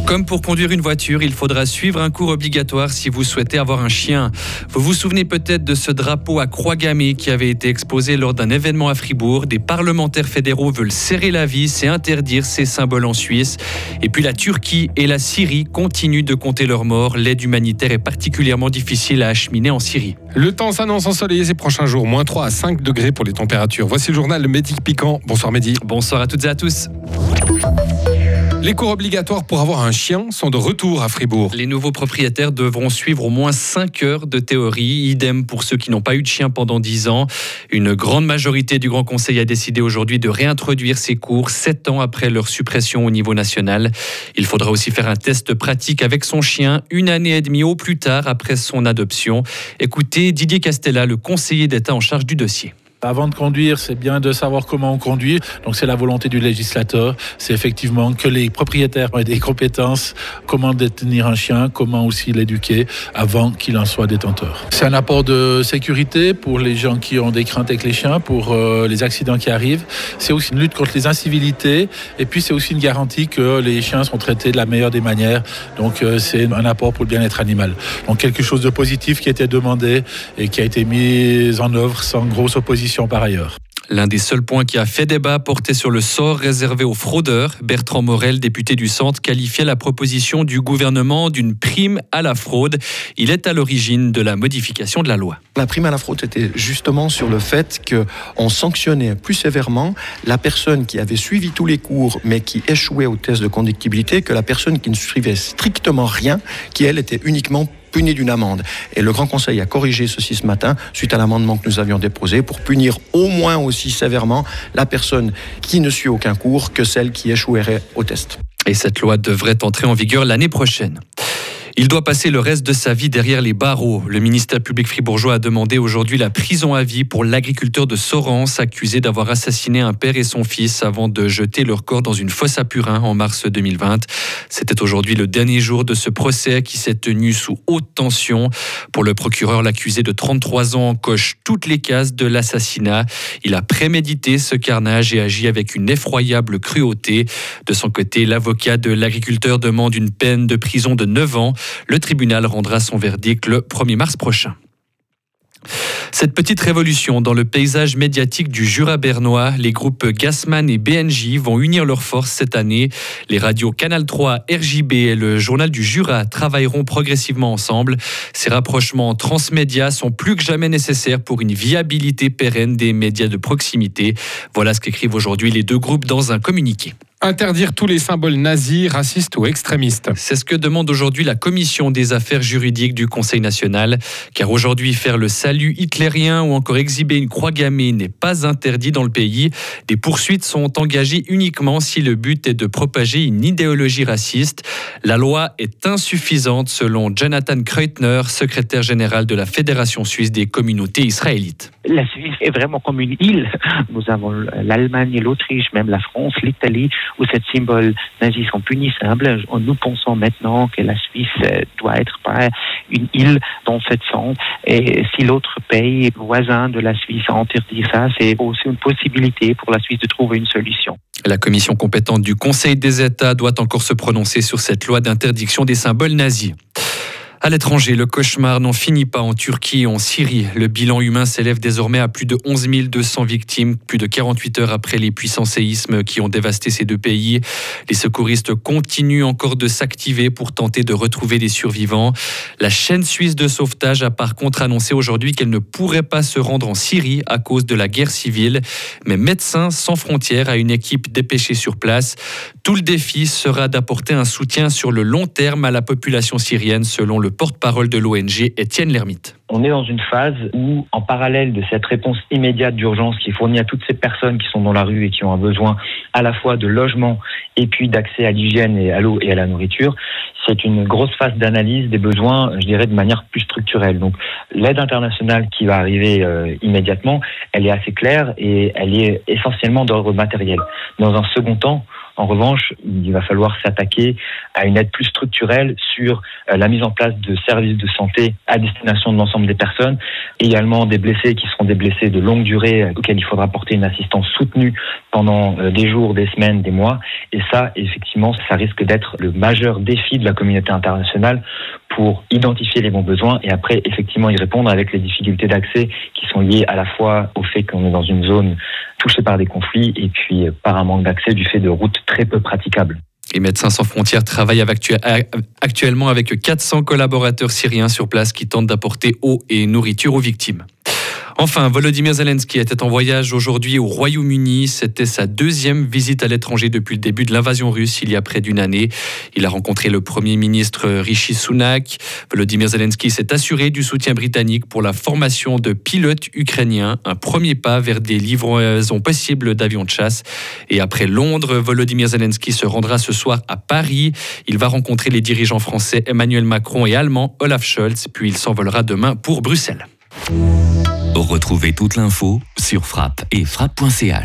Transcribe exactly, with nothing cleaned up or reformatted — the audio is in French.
Comme pour conduire une voiture, il faudra suivre un cours obligatoire si vous souhaitez avoir un chien. Vous vous souvenez peut-être de ce drapeau à croix gammée qui avait été exposé lors d'un événement à Fribourg. Des parlementaires fédéraux veulent serrer la vis et interdire ces symboles en Suisse. Et puis la Turquie et la Syrie continuent de compter leurs morts. L'aide humanitaire est particulièrement difficile à acheminer en Syrie. Le temps s'annonce ensoleillé ces prochains jours, moins trois à cinq degrés pour les températures. Voici le journal Mehdi Piquant. Bonsoir Mehdi. Bonsoir à toutes et à tous. Les cours obligatoires pour avoir un chien sont de retour à Fribourg. Les nouveaux propriétaires devront suivre au moins cinq heures de théorie. Idem pour ceux qui n'ont pas eu de chien pendant dix ans. Une grande majorité du Grand Conseil a décidé aujourd'hui de réintroduire ces cours sept ans après leur suppression au niveau national. Il faudra aussi faire un test pratique avec son chien une année et demie au plus tard après son adoption. Écoutez Didier Castella, le conseiller d'État en charge du dossier. Avant de conduire, c'est bien de savoir comment on conduit. Donc c'est la volonté du législateur. C'est effectivement que les propriétaires aient des compétences, comment détenir un chien, comment aussi l'éduquer avant qu'il en soit détenteur. C'est un apport de sécurité pour les gens qui ont des craintes avec les chiens, pour euh, les accidents qui arrivent. C'est aussi une lutte contre les incivilités. Et puis c'est aussi une garantie que les chiens sont traités de la meilleure des manières. Donc euh, c'est un apport pour le bien-être animal. Donc quelque chose de positif qui a été demandé et qui a été mis en œuvre sans grosse opposition par ailleurs. L'un des seuls points qui a fait débat portait sur le sort réservé aux fraudeurs. Bertrand Morel, député du Centre, qualifiait la proposition du gouvernement d'une prime à la fraude. Il est à l'origine de la modification de la loi. La prime à la fraude était justement sur le fait qu'on sanctionnait plus sévèrement la personne qui avait suivi tous les cours mais qui échouait au test de conductibilité que la personne qui ne suivait strictement rien, qui elle était uniquement puni d'une amende. Et le Grand Conseil a corrigé ceci ce matin suite à l'amendement que nous avions déposé pour punir au moins aussi sévèrement la personne qui ne suit aucun cours que celle qui échouerait au test. Et cette loi devrait entrer en vigueur l'année prochaine. Il doit passer le reste de sa vie derrière les barreaux. Le ministère public fribourgeois a demandé aujourd'hui la prison à vie pour l'agriculteur de Sorens, accusé d'avoir assassiné un père et son fils avant de jeter leur corps dans une fosse à purin en mars deux mille vingt. C'était aujourd'hui le dernier jour de ce procès qui s'est tenu sous haute tension. Pour le procureur, l'accusé de trente-trois ans coche toutes les cases de l'assassinat. Il a prémédité ce carnage et agi avec une effroyable cruauté. De son côté, l'avocat de l'agriculteur demande une peine de prison de neuf ans. Le tribunal rendra son verdict le premier mars prochain. Cette petite révolution dans le paysage médiatique du Jura bernois, les groupes Gassman et B N J vont unir leurs forces cette année. Les radios Canal trois, R J B et le Journal du Jura travailleront progressivement ensemble. Ces rapprochements transmédia sont plus que jamais nécessaires pour une viabilité pérenne des médias de proximité. Voilà ce qu'écrivent aujourd'hui les deux groupes dans un communiqué. Interdire tous les symboles nazis, racistes ou extrémistes. C'est ce que demande aujourd'hui la commission des affaires juridiques du Conseil national. Car aujourd'hui, faire le salut hitlérien ou encore exhiber une croix gammée n'est pas interdit dans le pays. Des poursuites sont engagées uniquement si le but est de propager une idéologie raciste. La loi est insuffisante selon Jonathan Kreutner, secrétaire général de la Fédération suisse des communautés israélites. La Suisse est vraiment comme une île. Nous avons l'Allemagne, l'Autriche, même la France, l'Italie, où ces symboles nazis sont punissables. Nous pensons maintenant que la Suisse doit être pas une île dans ce sens. Et si l'autre pays voisin de la Suisse interdit ça, c'est aussi une possibilité pour la Suisse de trouver une solution. La commission compétente du Conseil des États doit encore se prononcer sur cette loi d'interdiction des symboles nazis. À l'étranger, le cauchemar n'en finit pas en Turquie et en Syrie. Le bilan humain s'élève désormais à plus de onze mille deux cents victimes, plus de quarante-huit heures après les puissants séismes qui ont dévasté ces deux pays. Les secouristes continuent encore de s'activer pour tenter de retrouver des survivants. La chaîne suisse de sauvetage a par contre annoncé aujourd'hui qu'elle ne pourrait pas se rendre en Syrie à cause de la guerre civile. Mais Médecins sans frontières a une équipe dépêchée sur place. Tout le défi sera d'apporter un soutien sur le long terme à la population syrienne, selon le porte-parole de l'O N G, Étienne Lermite. On est dans une phase où, en parallèle de cette réponse immédiate d'urgence qui est fournie à toutes ces personnes qui sont dans la rue et qui ont un besoin à la fois de logement et puis d'accès à l'hygiène et à l'eau et à la nourriture, c'est une grosse phase d'analyse des besoins, je dirais, de manière plus structurelle. Donc, l'aide internationale qui va arriver euh, immédiatement, elle est assez claire et elle est essentiellement d'ordre matériel. Dans un second temps, En revanche, il va falloir s'attaquer à une aide plus structurelle sur la mise en place de services de santé à destination de l'ensemble des personnes, également des blessés qui seront des blessés de longue durée auxquels il faudra apporter une assistance soutenue pendant des jours, des semaines, des mois. Et ça, effectivement, ça risque d'être le majeur défi de la communauté internationale pour identifier les bons besoins et après, effectivement, y répondre avec les difficultés d'accès qui sont liées à la fois au fait qu'on est dans une zone touchée par des conflits et puis par un manque d'accès du fait de routes très peu praticables. Et Médecins sans frontières travaille actuellement avec quatre cents collaborateurs syriens sur place qui tentent d'apporter eau et nourriture aux victimes. Enfin, Volodymyr Zelensky était en voyage aujourd'hui au Royaume-Uni. C'était sa deuxième visite à l'étranger depuis le début de l'invasion russe, il y a près d'une année. Il a rencontré le Premier ministre Rishi Sunak. Volodymyr Zelensky s'est assuré du soutien britannique pour la formation de pilotes ukrainiens, un premier pas vers des livraisons possibles d'avions de chasse. Et après Londres, Volodymyr Zelensky se rendra ce soir à Paris. Il va rencontrer les dirigeants français Emmanuel Macron et allemand Olaf Scholz, puis il s'envolera demain pour Bruxelles. Retrouvez toute l'info sur frappe et frappe point c h.